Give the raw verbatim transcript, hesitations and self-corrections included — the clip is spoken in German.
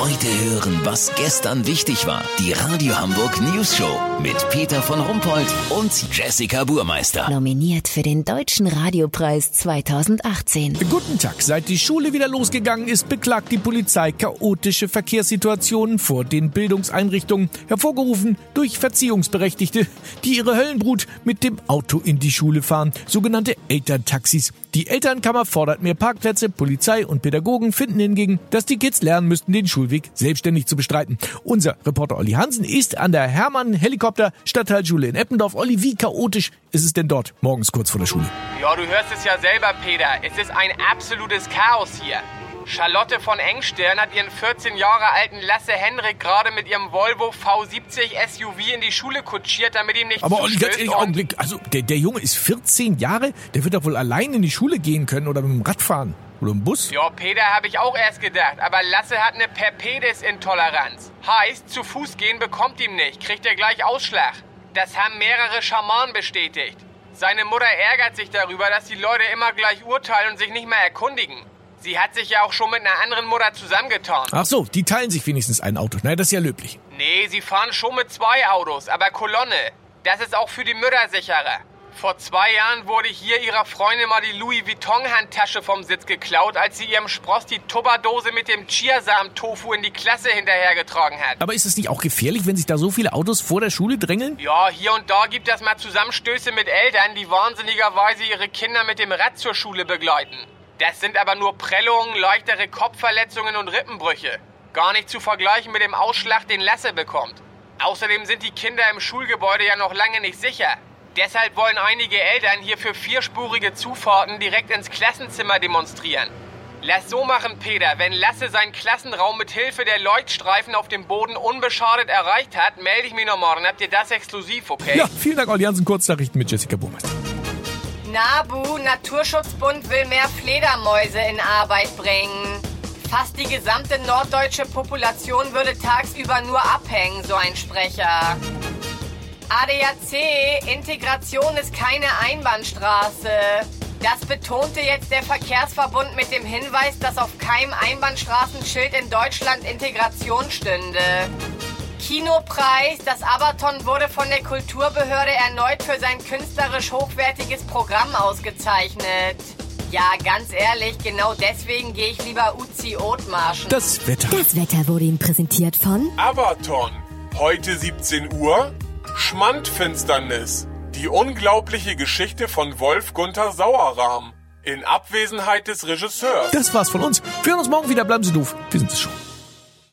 Heute hören, was gestern wichtig war. Die Radio Hamburg News Show mit Peter von Rumpold und Jessica Burmeister. Nominiert für den Deutschen Radiopreis zweitausendachtzehn. Guten Tag. Seit die Schule wieder losgegangen ist, beklagt die Polizei chaotische Verkehrssituationen vor den Bildungseinrichtungen, hervorgerufen durch Verziehungsberechtigte, die ihre Höllenbrut mit dem Auto in die Schule fahren, sogenannte Elterntaxis. Die Elternkammer fordert mehr Parkplätze, Polizei und Pädagogen finden hingegen, dass die Kids lernen müssten, den Schulweg selbstständig zu bestreiten. Unser Reporter Olli Hansen ist an der Hermann-Helikopter-Stadtteilschule in Eppendorf. Olli, wie chaotisch ist es denn dort, morgens kurz vor der Schule? Ja, du hörst es ja selber, Peter. Es ist ein absolutes Chaos hier. Charlotte von Engstirn hat ihren vierzehn Jahre alten Lasse Henrik gerade mit ihrem Volvo V siebzig S U V in die Schule kutschiert, damit ihm nichts Aber Olli, ganz zustößt. ehrlich, Augenblick, also der, der Junge ist vierzehn Jahre, der wird doch wohl allein in die Schule gehen können oder mit dem Rad fahren oder im Bus? Ja, Peter, habe ich auch erst gedacht, aber Lasse hat eine Perpedes-Intoleranz. Heißt, zu Fuß gehen bekommt ihm nicht, kriegt er gleich Ausschlag. Das haben mehrere Schamanen bestätigt. Seine Mutter ärgert sich darüber, dass die Leute immer gleich urteilen und sich nicht mehr erkundigen. Sie hat sich ja auch schon mit einer anderen Mutter zusammengetan. Ach so, die teilen sich wenigstens ein Auto. Na, das ist ja löblich. Nee, sie fahren schon mit zwei Autos, aber Kolonne. Das ist auch für die Mütter sicherer. Vor zwei Jahren wurde hier ihrer Freundin mal die Louis Vuitton-Handtasche vom Sitz geklaut, als sie ihrem Spross die Tupperdose mit dem Chiasamen-Tofu in die Klasse hinterhergetragen hat. Aber ist es nicht auch gefährlich, wenn sich da so viele Autos vor der Schule drängeln? Ja, hier und da gibt es mal Zusammenstöße mit Eltern, die wahnsinnigerweise ihre Kinder mit dem Rad zur Schule begleiten. Das sind aber nur Prellungen, leichtere Kopfverletzungen und Rippenbrüche. Gar nicht zu vergleichen mit dem Ausschlag, den Lasse bekommt. Außerdem sind die Kinder im Schulgebäude ja noch lange nicht sicher. Deshalb wollen einige Eltern hier für vierspurige Zufahrten direkt ins Klassenzimmer demonstrieren. Lass so machen, Peter. Wenn Lasse seinen Klassenraum mit Hilfe der Leuchtstreifen auf dem Boden unbeschadet erreicht hat, melde ich mich noch morgen. Habt ihr das exklusiv, okay? Ja, vielen Dank, Olli Hansen. Kurznachrichten mit Jessica Burmeister. NABU, Naturschutzbund, will mehr Fledermäuse in Arbeit bringen. Fast die gesamte norddeutsche Population würde tagsüber nur abhängen, so ein Sprecher. A D A C, Integration ist keine Einbahnstraße. Das betonte jetzt der Verkehrsverbund mit dem Hinweis, dass auf keinem Einbahnstraßenschild in Deutschland Integration stünde. Kinopreis. Das Abaton wurde von der Kulturbehörde erneut für sein künstlerisch hochwertiges Programm ausgezeichnet. Ja, ganz ehrlich, genau deswegen gehe ich lieber Uzi-Oth-Marschen. Das Wetter. Das Wetter wurde Ihnen präsentiert von Abaton. Heute siebzehn Uhr. Schmandfinsternis. Die unglaubliche Geschichte von Wolf Gunther Sauerrahm. In Abwesenheit des Regisseurs. Das war's von uns. Wir hören uns morgen wieder. Bleiben Sie doof. Wir sind es schon.